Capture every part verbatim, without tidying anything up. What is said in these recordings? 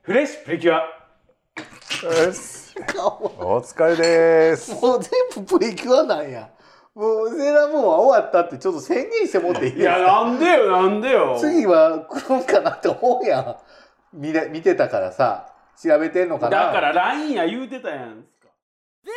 フレッシュプリキュア。 よしお疲れです。 もう全部プリキュアなんや。もうセーラームーンは終わったってちょっと宣言してもっていいですか。 いやなんでよなんでよ。 次は来るんかなって思うやん。見れ見てたからさ、調べてんのかな。 だから ライン や言うてたやんすか。 This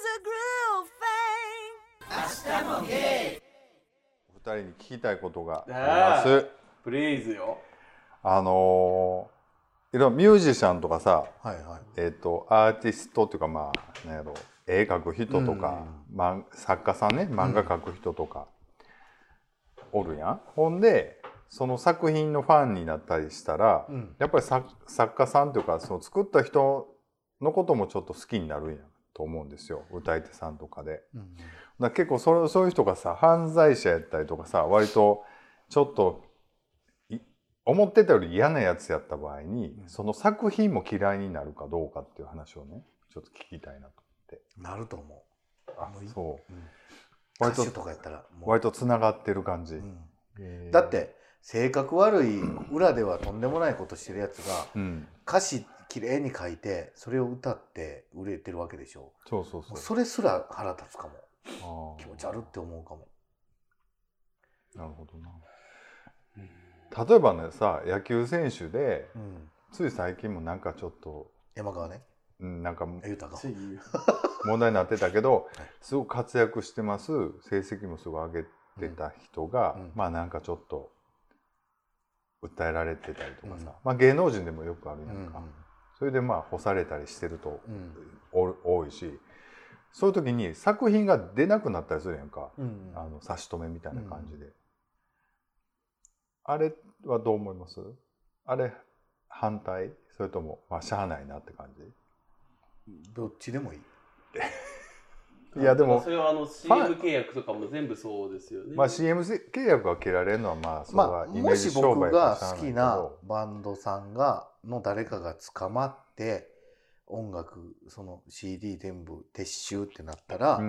is a groove thing. 明日もゲイ。 お二人に聞きたいことがあります。 プリーズよ。 あのー、いろんなミュージシャンとかさ、 はいはい。 えっ、ー、とアーティストっていうかまあなんやろ、絵描く人とか、うんま、作家さんね、漫画描く人とか、うん、おるやん。ほんでその作品のファンになったりしたら、うん、やっぱり作作家さんというかその作った人のこともちょっと好きになるんやと思うんですよ、歌い手さんとかで。うん、だ結構それそういう人がさ犯罪者やったりとかさ割とちょっと思ってたより嫌なやつやった場合に、うん、その作品も嫌いになるかどうかっていう話をねちょっと聞きたいなと思って。 なると思う。 あそう、うん、 割と歌手とかやったら割とつながってる感じ、うん 、だって性格悪い裏ではとんでもないことしてるやつが、うん、歌詞きれいに書いてそれを歌って売れてるわけでしょ。 そうそうそう。 それすら腹立つかも。気持ち悪って思うかも。 なるほどな。例えばねさ野球選手で、うん、つい最近もなんかちょっと山川ね、 うん、なんか豊問題になってたけどすごく活躍してます成績もすごい上げてた人が、うん、まあなんかちょっと訴えられてたりとかさ、うん、まあ芸能人でもよくあるやんか、うんうん、それでまあ干されたりしてると、うん、多いしそういう時に作品が出なくなったりするやんか、うん、あの差し止めみたいな感じで。うんあれはどう思います？あれ反対？それともまあしゃあないなって感じ？ どっちでもいい。 いやでもそれはあの シーエム 契約とかも全部そうですよね。 まあ シーエム 契約が切られるのはまあそれはイメージ商売かしゃあないけど、もし僕が好きなバンドさんがの誰かが捕まって音楽その シーディー 全部撤収ってなったら、うん、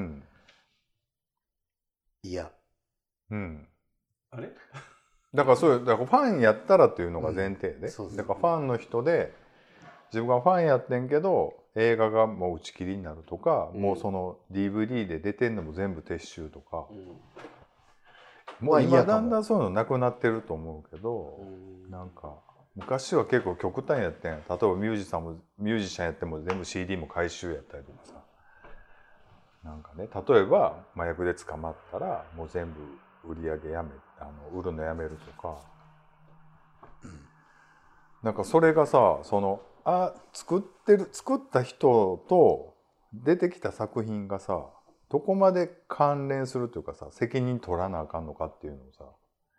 いや、 うん、 あれ？ だからそういうだからファンやったらっていうのが前提で、うん、そうそうだからファンの人で自分がファンやってんけど映画がもう打ち切りになるとか、うん、もうその ディーブイディー で出てんのも全部撤収とか、うん、もう今だんだんそういうのなくなってると思うけど、うん、なんか昔は結構極端やってん。例えばミュージシャンもミュージシャンやっても全部 シーディー も回収やったりとかさ、なんかね例えば麻薬で捕まったらもう全部売り上げやめあの売るのやめるとか、うん、なんかそれがさそのあ作ってる作った人と出てきた作品がさどこまで関連するというかさ責任取らなあかんのかっていうのをさ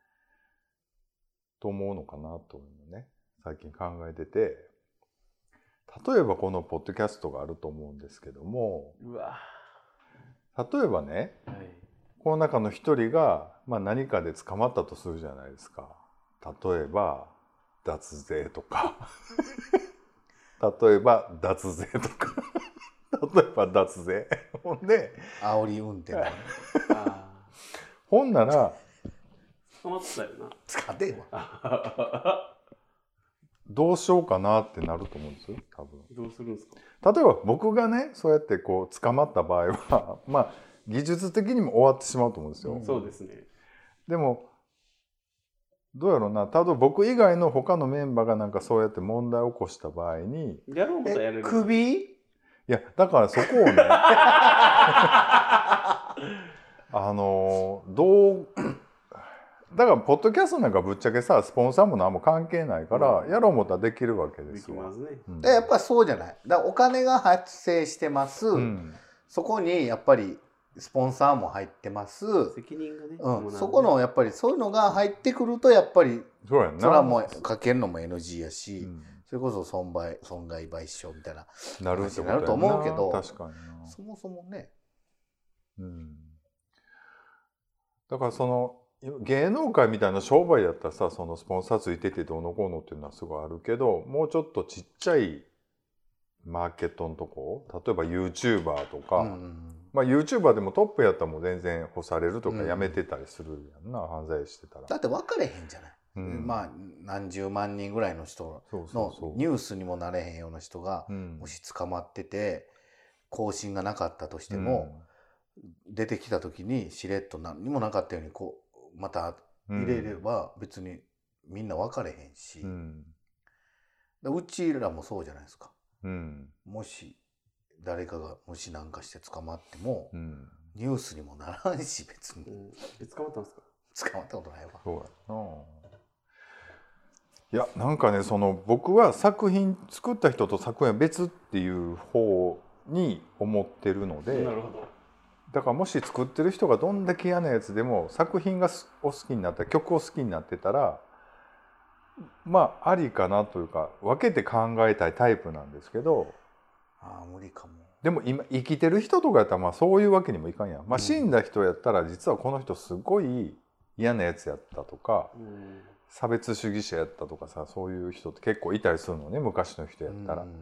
と思うのかなというのね最近考えてて、例えばこのポッドキャストがあると思うんですけども、 うわ例えばね、はいこの中の一人が、まあ、何かで捕まったとするじゃないですか。例えば脱税とか例えば脱税とか例えば脱税ほんで煽り運転あほんなら捕まってたよな使ってんわどうしようかなってなると思うんですよ多分。 どうするんですか？ 例えば僕がねそうやってこう捕まった場合はまあ技術的にも終わってしまうと思うんですよ。 そうですね。 でもどうやろうな、例えば僕以外の他のメンバーがなんかそうやって問題を起こした場合にやろうことやれる。 首？いやだからそこをねあのどうだからポッドキャストなんかぶっちゃけさスポンサーも何も関係ないから、うん、やろう思ったらできるわけですよ。 できますね。 うん、やっぱりそうじゃない。だからお金が発生してます。うん、そこにやっぱりスポンサーも入ってます。 責任がね。 うん、そこのやっぱりそういうのが入ってくるとやっぱりそうやんな。 それはもうかけるのも エヌジー やし、うん、それこそ損害損害賠償みたいななるってことになると思うけど、 確かにな。 そもそもね。 うん。だからその芸能界みたいな商売だったらさ、そのスポンサーついててどうのこうのっていうのはすごいあるけど、もうちょっとちっちゃいマーケットのとこ、例えば YouTuber とか、うん、まあ YouTuber でもトップやったらもう全然干されるとかやめてたりするやんな、うん、犯罪してたら。 だって分かれへんじゃない。 うん、 まあ何十万人ぐらいの人のニュースにもなれへんような人がもし捕まってて更新がなかったとしても、うん、出てきた時にしれっと何にもなかったようにこうまた入れれば別にみんな分かれへんし、うん、うちらもそうじゃないですか、うん、もし誰かがもし何かして捕まっても、うん、ニュースにもならんし別に、うん、 え捕まったんですか？ 捕まったことないわ。 そうやな。いやなんかねその僕は作品作った人と作品は別っていう方に思ってるので、 なるほど。 だからもし作ってる人がどんだけ嫌なやつでも作品がお好きになったら曲を好きになってたらまあありかなというか分けて考えたいタイプなんですけど、 ああ無理かも。 でも今生きてる人とかやったらまあそういうわけにもいかんやん、まあ、死んだ人やったら実はこの人すごい嫌なやつやったとか、うん、差別主義者やったとかさ、そういう人って結構いたりするのね昔の人やったら、うん、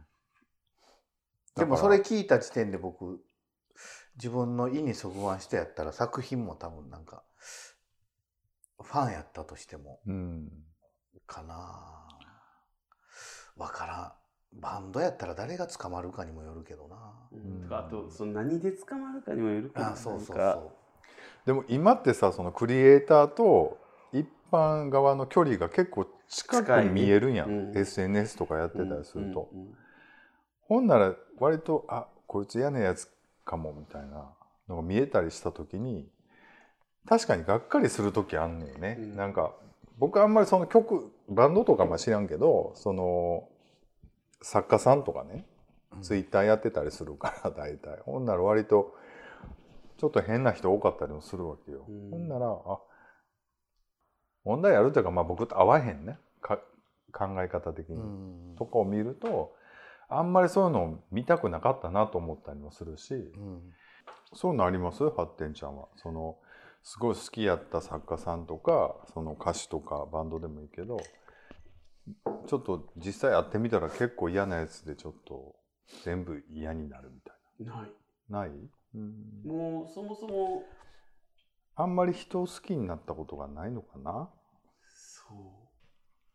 でもそれ聞いた時点で僕自分の意にそぐわん人やったら作品も多分なんかファンやったとしても、うん、かな分からん。バンドやったら誰が捕まるかにもよるけどな、 うん、とかあとその何で捕まるかにもよるけど、 あそうそうそう。 でも今ってさそのクリエイターと一般側の距離が結構近く見えるんやん、うん、エスエヌエス とかやってたりすると、うんうんうん、ほんなら割とあこいつ嫌なやつかもみたいなのが見えたりした時に確かにがっかりする時あんねんね、うん、なんか僕あんまりその曲バンドとかも知らんけどその作家さんとかね、うん、ツイッターやってたりするから大体ほんなら割とちょっと変な人多かったりもするわけよ、うん、ほんならあ問題あるというか、まあ、僕と合わへんねか考え方的に、うん、とかを見るとあんまりそういうのを見たくなかったなと思ったりもするし、うん、そういうのあります？発展ちゃんはそのすごい好きやった作家さんとかその歌手とかバンドでもいいけどちょっと実際会ってみたら結構嫌なやつでちょっと全部嫌になるみたいな。 ない。 ない？うん、 もうそもそもあんまり人を好きになったことがないのかな。 そう。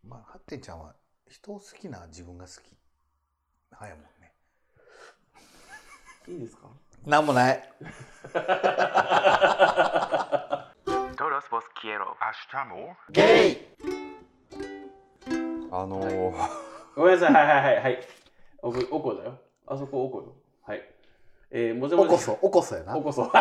まあ発展ちゃんは人を好きな自分が好き。早いもんね。 いいですか？ なんもない。 Todos vos quiero. ゲイ。 あのーはい、ごめんなさいはいはいはいはいおこおこだよあそこおこよはいえーもじゃもじおこそおこそやなおこそ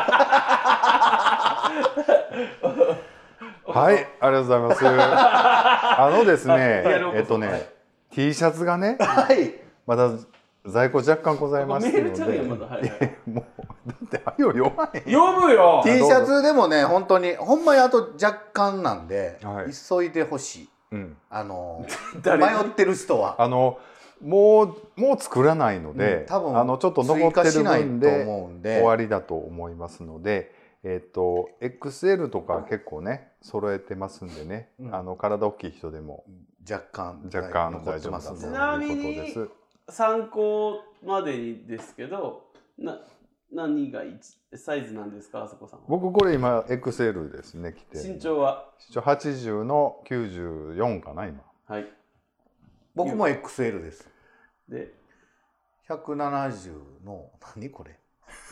はいありがとうございますあのですねえっとね、はい、T シャツがね、 はい、 まだ在庫若干ございますので、 メールちゃうやんまだ、はいはい、 もうだってはよ読まへん読むよ T シャツでもね本当にほんまにあと若干なんで、はい、急いでほしい、うん、あの迷ってる人はあのもうもう作らないので、うん、多分あのちょっと残ってる分で終わりだと思いますので、えっと エックスエル とか結構ね揃えてますんでね、うん、あの体大きい人でも若干若干大丈夫だということです。 参考までにですけどな何がサイズなんですかあそこさんは。 僕これ今 エックスエル ですね着て。 身長は身長はちじゅうのきゅうじゅうよんかな今。 はい。 僕も エックスエル です。 でひゃくななじゅうの何これ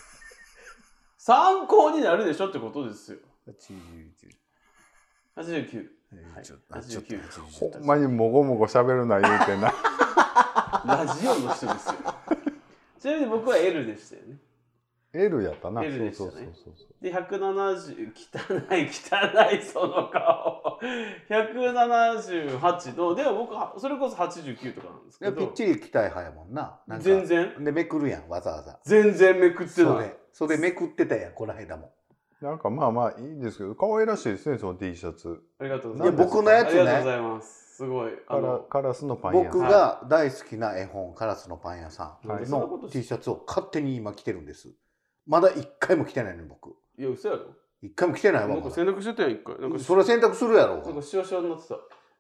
参考になるでしょってことですよ。 はちじゅうきゅう。 はちじゅうきゅう。 はい、 はちじゅうきゅう。 ほんまにもごもご喋るな言うてな。 ラジオの人ですよ。ちなみに僕は エル でしたよね。 エル やったな。 エル でしたね。そうそうそうそう。でひゃくななじゅう汚い汚いその顔。ひゃくななじゅうはちのでも僕はそれこそはちじゅうきゅうとかなんですけど。 ぴっちり着たい派やもんな。なんか全然。 でめくるやんわざわざ。 全然めくってない。 それめくってたやんこの間も。 なんかまあまあいいんですけど可愛らしいですねその T シャツ。 ありがとうございます。 いや僕のやつね。 ありがとうございます。すごいあのカラスのパン屋さん。 僕が大好きな絵本カラスのパン屋さんの T シャツを勝手に今着てるんです。まだ一回も着てないの僕。 いや嘘やろ。 一回も着てないわ。 なんか洗濯してたやん一回。なんかそれ洗濯するやろ。 なんかしわしわになってた。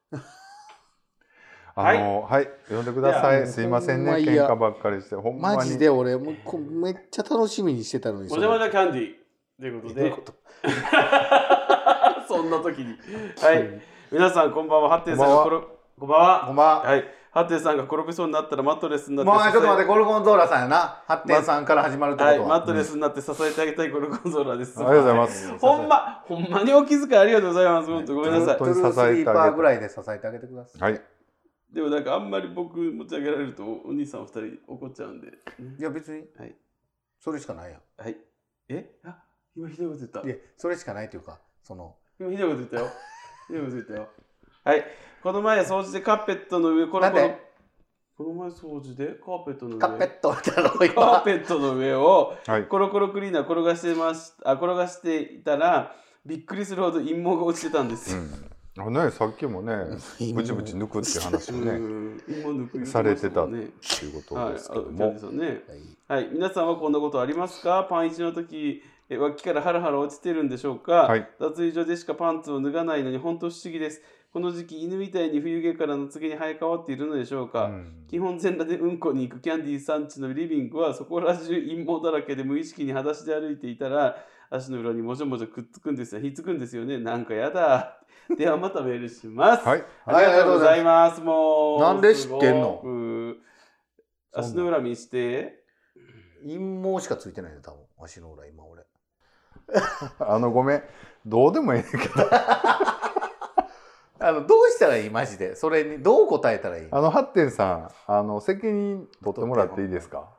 あのはい呼んでください。すいませんね喧嘩ばっかりしてほんまに。 マジで俺もうめっちゃ楽しみにしてたのに。 もじゃもじゃキャンディーということで。そんな時にはい皆さんこんばんは。ハッテンさんが転こんばんは。 こんばんは。 はい。ハッテンさんが転びそうになったらマットレスになってもうちょっと待って、ゴルゴンゾーラさんやな。ハッテンさんから始まるってことは、 はい、マットレスになって支えてあげたいゴルゴンゾーラです。 ありがとうございます。 ほんま、ほんまにお気遣いありがとうございます。本当ごめんなさい。 トゥルースリーパーぐらいで支えてあげてください。 はい。 でもなんかあんまり僕持ち上げられるとお兄さん二人怒っちゃうんで。 いや別に、 はい、 それしかないやん。 はい。え？あ、今ひどいこと言った。 いや、それしかないというか、その。 今ひどいこと言ったよ。ひどいこと言ったよ。はい。この前掃除でカーペットの上、このこのこの前掃除でカーペットの上、 カーペットだろカーペットの上をコロコロクリーナー転がしてましあ転がしていたらびっくりするほど陰毛が落ちてたんですよ。 うん、あね、さっきもね、ブチブチ抜くっていう話をね、されてたっていうことですけども、 はいね、はい、皆さんはこんなことありますか？パンいちの時脇からハラハラ落ちてるんでしょうか？はい、脱衣所でしかパンツを脱がないのに本当不思議です。この時期犬みたいに冬毛から夏毛に生え変わっているのでしょうか？うん、基本全裸でうんこに行くキャンディーさんちのリビングはそこら中陰毛だらけで無意識に裸足で歩いていたら足の裏にもじょもじょくっつくんですよ。ひっつくんですよね。なんかやだ。ではまたメールします。はい、ありがとうございます。もうなんで知ってんの？ 足の裏見して。 陰毛しかついてないね多分足の裏今俺。 あのごめんどうでもいいねんけど。 あのどうしたらいいマジでそれにどう答えたらいい？ あのハッテンさんあの責任取ってもらっていいですか？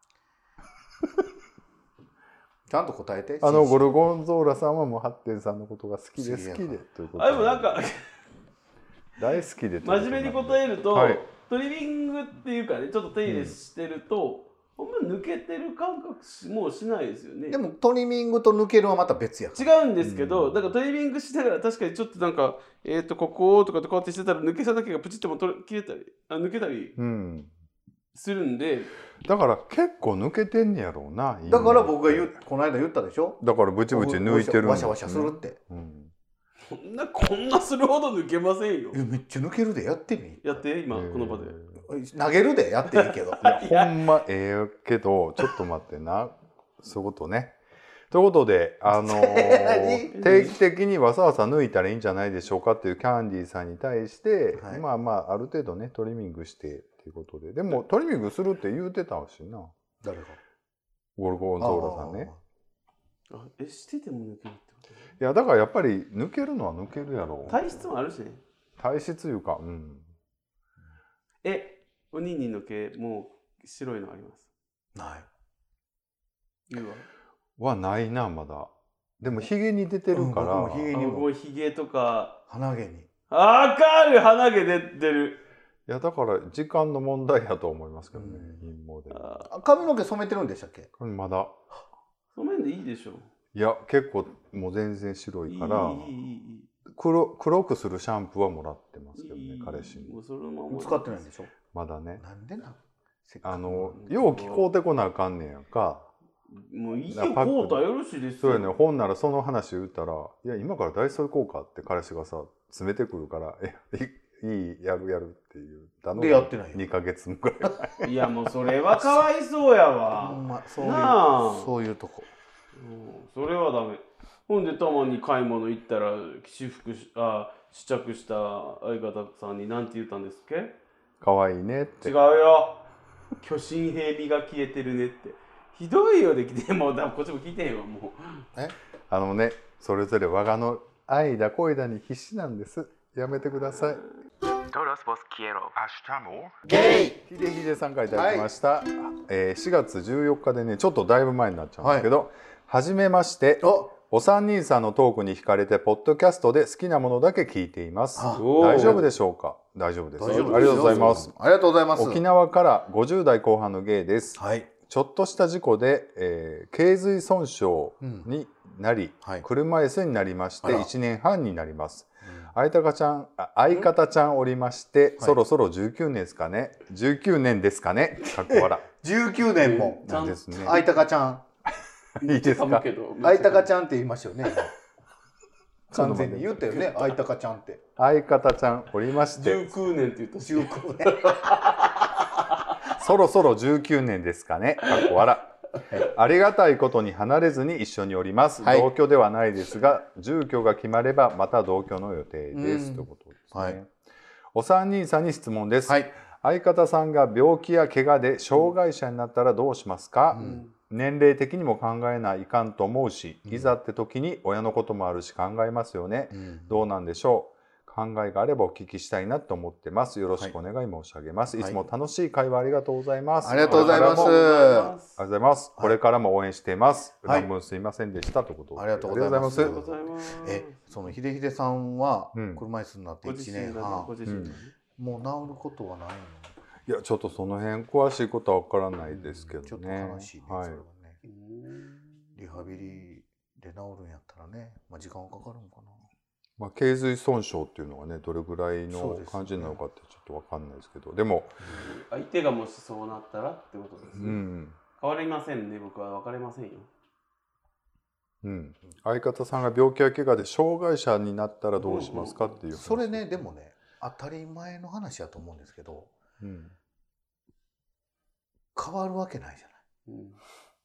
ちゃんと答えて。 あのゴルゴンゾーラさんはもうハッテンさんのことが好きで好きでということで。 あでもなんか大好きで。 真面目に答えると、はい、トリミングっていうかねちょっと手入れしてると。うん、ほんま抜けてる感覚もうしないですよね。 でもトリミングと抜けるはまた別や違うんですけど、うん、だからトリミングしながら確かにちょっとなんかえっ、ー、とこことかってこうやってしてたら抜けただけがプチッとも切れたりあ抜けたりするんで、うん、 だから結構抜けてんねやろうな。 だから僕が言うこの間言ったでしょ。 だからブチブチ抜いてるん、ね、 ワシャワシャするって、うん、 こんなこんなするほど抜けませんよ。 いやめっちゃ抜けるでやってみやって今この場で投げるでやっていいけどいやほんまええけどちょっと待ってなそういうことね。ということであのー、定期的にわさわさ抜いたらいいんじゃないでしょうかっていうキャンディーさんに対して、はい、まあまあある程度ねトリミングしてっていうことででもトリミングするって言うてたしな。 誰が？ ゴルゴンゾーラさんね。 あえしてても抜けるってこと？ いやだからやっぱり抜けるのは抜けるやろ。 体質もあるしね。 体質いうかうん。 えおにんにんの毛もう白いのあります？ ない。 言うわ。はないなまだ。でもヒゲに出てるから。 うん、ヒゲにもヒゲとか鼻毛に。 あかる鼻毛出てる。 いやだから時間の問題やと思いますけどね。陰毛で。 髪の毛染めてるんでしたっけ？ まだ。 染めんでいいでしょ。 いや結構もう全然白いから。いいいいいい黒, 黒くするシャンプーはもらってますけどね。いい彼氏に。 もうそのまま使ってないんでしょ？ まだね。 なんでな？ あのよう聞こうてこなあかんねやんか。 もういいよこうたよろしいですよ。 そうやね。本ならその話言ったらいや今からダイソー行こうかって彼氏がさ詰めてくるからえいいやるやるっていうだのでやってないよにかげつぐらい。いやもうそれはかわいそうやわ。 ほんまそういうそういうとこ。 うん、それはダメ。ほんでたまに買い物行ったら私服しあ試着した相方さんに何て言ったんですっけ？ かわいいねって。 違うよ。巨神兵味が消えてるねって。ひどいよできてもうだこっちも聞いてへんわもう。 えあのねそれぞれ我がの愛だ恋だに必死なんです。やめてください。ゲイヒデヒデさんからいただきました、はいえー、しがつじゅうよっかでねちょっとだいぶ前になっちゃうんですけど、はい、はじめましてお三人さんのトークに惹かれてポッドキャストで好きなものだけ聞いています。大丈夫でしょうか？大丈夫です。ありがとうございます。 ありがとうございます。 沖縄からごじゅう代後半のゲイです、はい、ちょっとした事故で、えー、頸髄損傷になり、うんはい、車椅子になりましていちねんはんになります。相方ちゃん、相方ちゃんおりまして、うん、そろそろじゅうきゅうねんですかね。じゅうきゅうねんですかね。かっこ笑。 じゅうきゅうねんも。 なんですね。 相方ちゃん。 いいですか。 相方ちゃんって言いましたよね。完全に言ったよね。相方ちゃんって。 相方ちゃんおりまして。 じゅうきゅうねんって言ったし。 じゅうきゅうねん。 そろそろじゅうきゅうねんですかね。かっこ笑。ありがたいことに離れずに一緒におります、はい、同居ではないですが住居が決まればまた同居の予定ですということね。はい、お三人さんに質問です。 はい、 相方さんが病気や怪我で障害者になったらどうしますか？うん、年齢的にも考えないかんと思うし、いざって時に親のこともあるし考えますよね。うん、どうなんでしょう。考えがあればお聞きしたいなと思ってます。よろしくお願い申し上げます。はい、いつも楽しい会話ありがとうございます。 ありがとうございます。ありがとうございます。これからも応援しています。はい、何分すいませんでしたということで。 ありがとうございます。え、その秀秀さんは車椅子になっていちねんはん、うん、もう治ることはないの？ いや、ちょっとその辺詳しいことはわからないですけどね。 ちょっと悲しいね、はい、それはね。リハビリで治るんやったらね、まあ、時間はかかるんかな。 まあ、頸髄損傷っていうのがね、どれぐらいの感じなのかってちょっとわかんないですけど、でも、 うん、相手がもしそうなったらってことですね。うん、変わりませんね、僕は分かれませんよ。 うん、相方さんが病気や怪我で障害者になったらどうしますかっていう、うんうん、 それね、でもね、当たり前の話やと思うんですけど、うん、変わるわけないじゃない。うん、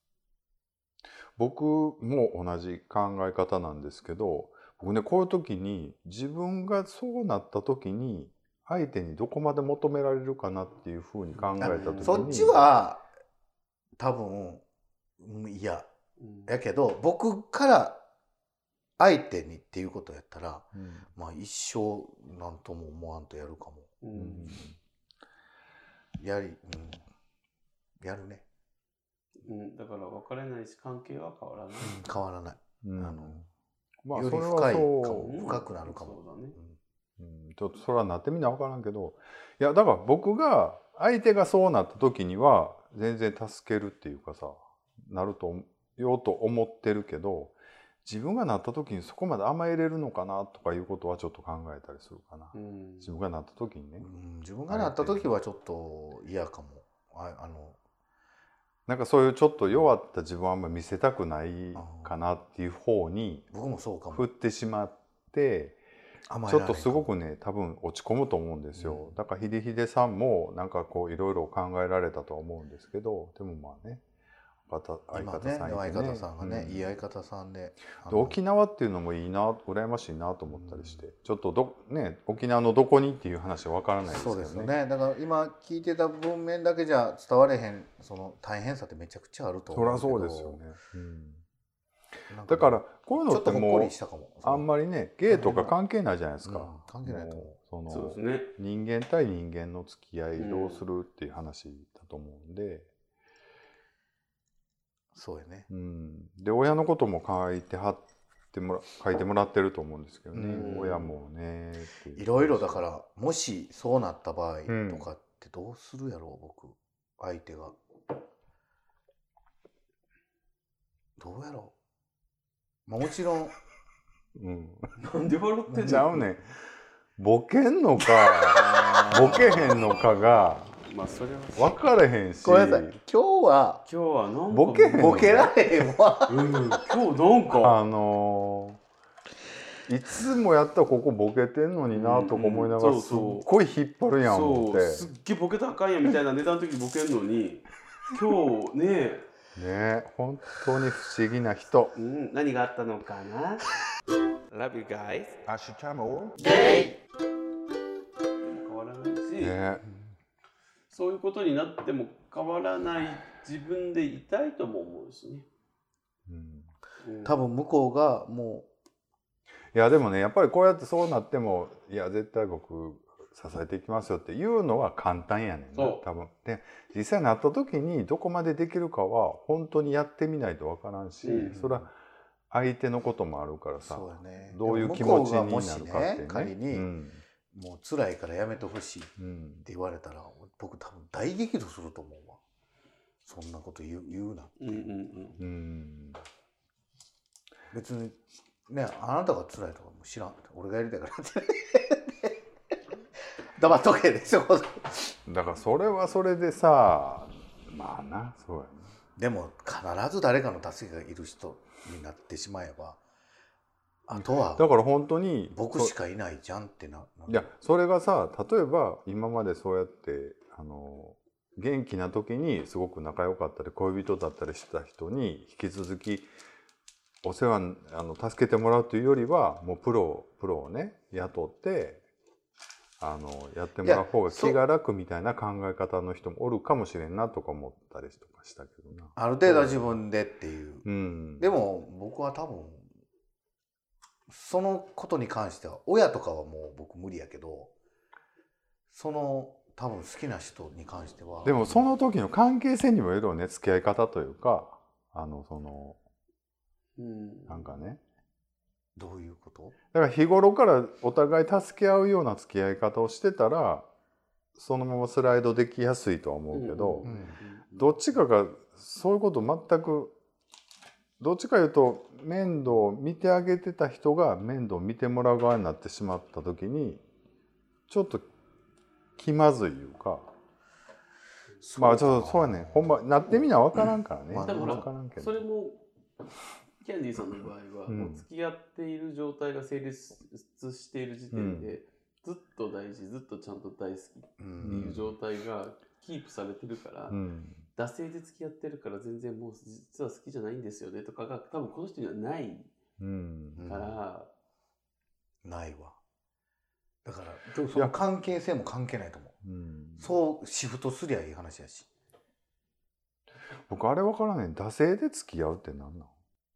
僕も同じ考え方なんですけど、僕ね、こういう時に自分がそうなった時に相手にどこまで求められるかなっていうふうに考えた時に、 そっちは多分嫌やけど、僕から相手にっていうことやったら、うん、まあ一生なんとも思わんとやるかも。うん、やり、うん、やるね。 うん、だから別れないし関係は変わらない。 うん、変わらない。うん、あのまあ、 より深いかも、深くなるかも。 そうだね。うん、ちょっとそれはなってみな分からんけど、いやだから僕が相手がそうなった時には全然助けるっていうかさ、なるとようと思ってるけど、自分がなった時にそこまで甘えれるのかなとかいうことはちょっと考えたりするかな。うん、自分がなった時にね。 うん、自分がなった時はちょっと嫌かも。あ、あの。 なんかそういうちょっと弱った自分はあんまり見せたくないかなっていう方に振ってしまって、ちょっとすごくね多分落ち込むと思うんですよ。うん、だから秀秀さんもなんかこういろいろ考えられたとは思うんですけど、でもまあね、相方さんいてね、 相方さんがね、いい相方さんで、 沖縄っていうのもいいな、羨ましいなと思ったりして、ちょっとどね、沖縄のどこにっていう話は分からないですけどね。 そうですよね。だから今聞いてた文面だけじゃ伝われへんその大変さってめちゃくちゃあると思うけど。 そりゃそうですよね。うん、だからこういうのってもうあんまりね、芸とか関係ないじゃないですか。うん、 関係ないと思う。 そのそうですね。 人間対人間の付き合いどうするっていう話だと思うんで。 そうやね。 うん、で親のことも書いてはってもら書いてもらってると思うんですけどね、うん、親もねいろいろだから、もしそうなった場合とかってどうするやろう、僕相手がどうやろう、まあ、もちろん、 うん、 なんで笑ってんの？ ちゃうね、ボケんのかボケへんのかがまあそれは分かれへんし。 ごめんなさい。今日は今日はなんかボケへん。 ボケられへんわ。 うん。今日なんかあのー、いつもやったらここボケてんのになとか思いながら、すっごい引っ張るやん思って。 すっげえボケたらあかんやみたいなネタの時ボケんのに、今日ねね、本当に不思議な人。 うん、何があったのかな。Love you guys。 アシュチャモ。 変わらないし。 ね。 そういうことになっても変わらない自分でいたいとも思うしね。 うん、多分向こうがもういやでもね、やっぱりこうやってそうなっても、いや絶対僕支えていきますよっていうのは簡単やねんな多分。で実際なった時にどこまでできるかは本当にやってみないと分からんし、うん、それは相手のこともあるからさ、 そうやね、 どういう気持ちになるかってね。 仮に、うんもう辛いからやめてほしいって言われたら、うん、僕多分大激怒すると思うわ。そんなこと言う、言うなって、うんうんうん、別にね、あなたが辛いとかも知らん、俺がやりたいからって黙っとけでしょ。 だからそれはそれでさ、まあな、そうやね。 でも必ず誰かの助けがいる人になってしまえば、あとはだから本当に僕しかいないじゃんってな。 いやそれがさ、例えば今までそうやってあの元気な時にすごく仲良かったり恋人だったりしてた人に引き続きお世話あの助けてもらうというよりは、もうプロプロをね雇ってあのやってもらう方が気が楽みたいな考え方の人もおるかもしれんなとか思ったりとかしたけどな。 ある程度は自分でっていう、 うん、 でも僕は多分そのことに関しては親とかはもう僕無理やけど、その多分好きな人に関してはでもその時の関係性にもよるよね、付き合い方というか、あのその、うん、なんかね、 どういうこと？ だから日頃からお互い助け合うような付き合い方をしてたらそのままスライドできやすいとは思うけど、どっちかがそういうこと全く、どっちかいうと面倒を見てあげてた人が面倒を見てもらう側になってしまった時にちょっと気まずいいうか、まあちょっとそうやね、ほんまなってみな分からんからね。 まあ、分からんけどそれもキャンディーさんの場合は、うん、もう付き合っている状態が成立している時点で、うん、ずっと大事、ずっとちゃんと大好きっていう状態がキープされてるから、うん、惰性で付き合ってるから全然もう実は好きじゃないんですよねとかが多分この人にはないから、 うん、ないわ。だからその関係性も関係ないと思う、うん、そうシフトすりゃいい話やし。 僕あれ分からんねん、惰性で付き合うって何なの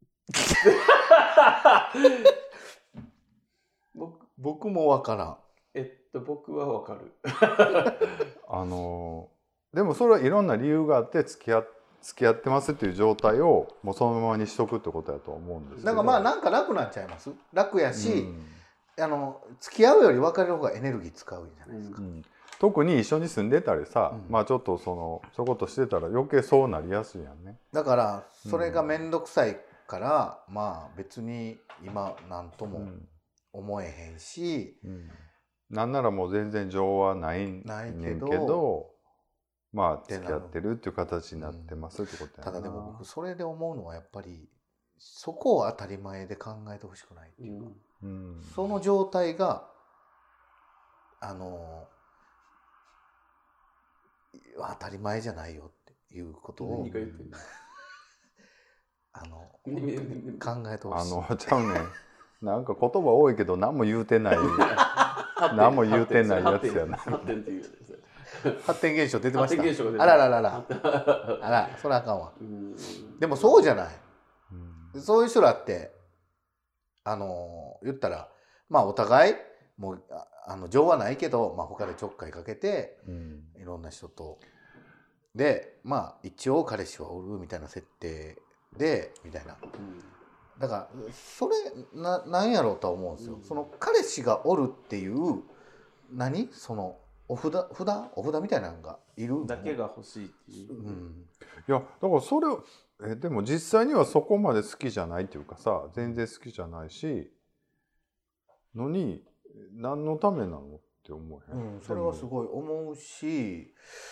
僕, 僕も分からん。 えっと僕は分かるあのでもそれはいろんな理由があって付き合付き合ってますっていう状態をもうそのままにしとくってことやと思うんですけど、 だからまあなんか楽なんちゃいます。楽やし、うん、あの付き合うより別れる方がエネルギー使うんじゃないですか、うん、 特に一緒に住んでたりさ、うん、まあちょっとそのそういうことしてたら余計そうなりやすいやんね。 だからそれが面倒くさいから、うん、まあ別に今何とも思えへんし、うんうん、 なんならもう全然情はないんねんけど、まあ付き合ってるっていう形になってますってことやな。 ただでも僕それで思うのはやっぱりそこを当たり前で考えてほしくないっていうか、うん、その状態があの当たり前じゃないよっていうことを何か言ってるあの考えてほしい。 あのちゃうねん、なんか言葉多いけど何も言うてない何も言うてないやつやな。 発展っていうやつですね。 発展現象出てました。 発展現象が出てあららららあら、それあかんわ。でもそうじゃない、うん、そういう人らってあの言ったらまあお互いもうあの情はないけど、まあ、他でちょっかいかけて、うん、いろんな人とでまあ一応彼氏はおるみたいな設定でみたいな、うん、だからそれななんやろうとは思うんですよ、うん、その彼氏がおるっていう何そのお札札お札みたいなのがいるだけが欲しいっていう、うん、 いやだからそれをえでも実際にはそこまで好きじゃないっていうかさ、全然好きじゃないしのに何のためなのって思うへん、 うん、それはすごい思うし、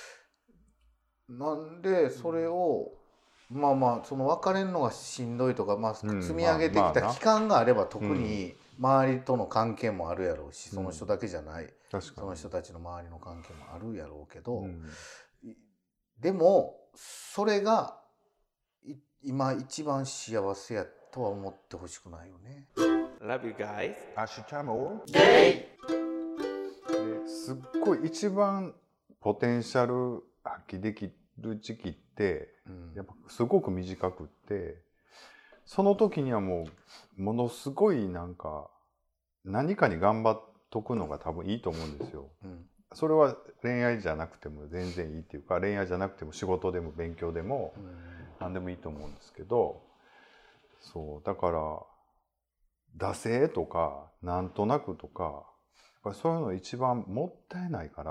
なんでそれを、うん、まあまあその別れるのがしんどいとか、まあ、積み上げてきた期間があれば特に周りとの関係もあるやろうし、その人だけじゃない、うん、その人たちの周りの関係もあるやろうけど、うん、でもそれが今一番幸せやとは思ってほしくないよね。 Love you guys. すっごい一番ポテンシャル発揮できる時期って、うん、やっぱすごく短くって、その時にはもうものすごいなんか何かに頑張っとくのが多分いいと思うんですよ、うん、それは恋愛じゃなくても全然いいっていうか、恋愛じゃなくても仕事でも勉強でも何でもいいと思うんですけど、そうだから惰性とかなんとなくとかやっぱりそういうの一番もったいないから、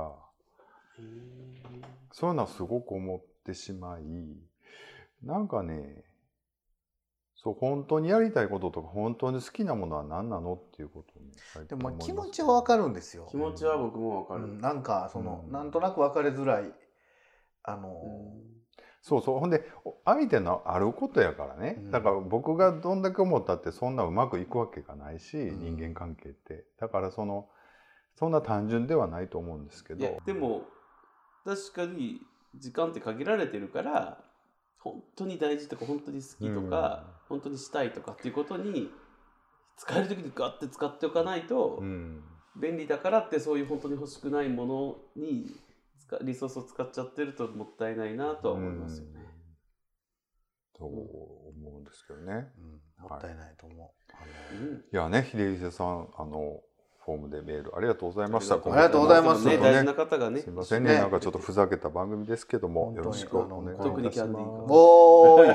そういうのはすごく思ってしまい、なんかね、そう本当にやりたいこととか本当に好きなものは何なのっていうことをね、 でもまあ気持ちは分かるんですよ。 気持ちは僕も分かる、 うん、なんかその、うん、なんとなく別れづらいあのーうんそうそう、ほんで相手のあることやからね、うん、だから僕がどんだけ思ったってそんなうまくいくわけがないし、うん、人間関係ってだからそのそんな単純ではないと思うんですけど、 でも確かに時間って限られてるから本当に大事とか本当に好きとか、うん、本当にしたいとかっていうことに使える時にガッて使っておかないと、うん、 便利だからってそういう本当に欲しくないものにリソースを使っちゃってるともったいないなとは思いますよね。 と思うんですけどね。 うん、もったいないと思う。はい、 いやね、秀秀さんあのフォームでメールありがとうございました。 ありがとうございます。 ね、大事な方がね。 すみませんね、なんかちょっとふざけた番組ですけども、よろしくお願いいたします。特にキャンディー。 おーい。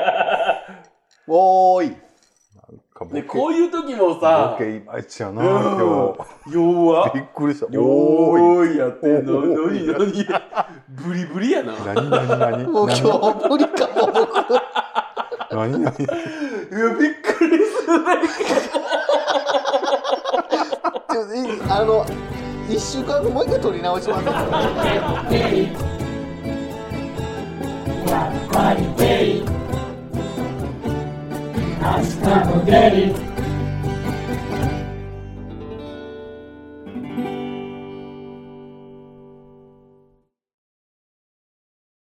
おーい。 ね、こういう時もさ、 ボケいまいちやな、今日。 弱っ。 びっくりした。 おーいやってんの。なになにブリブリやな。 なになになにもう今日無理かも、僕。 なになにいや、びっくりするね。 あの、一週間後もう一回撮り直します。やっぱりデイ。明日もデイ。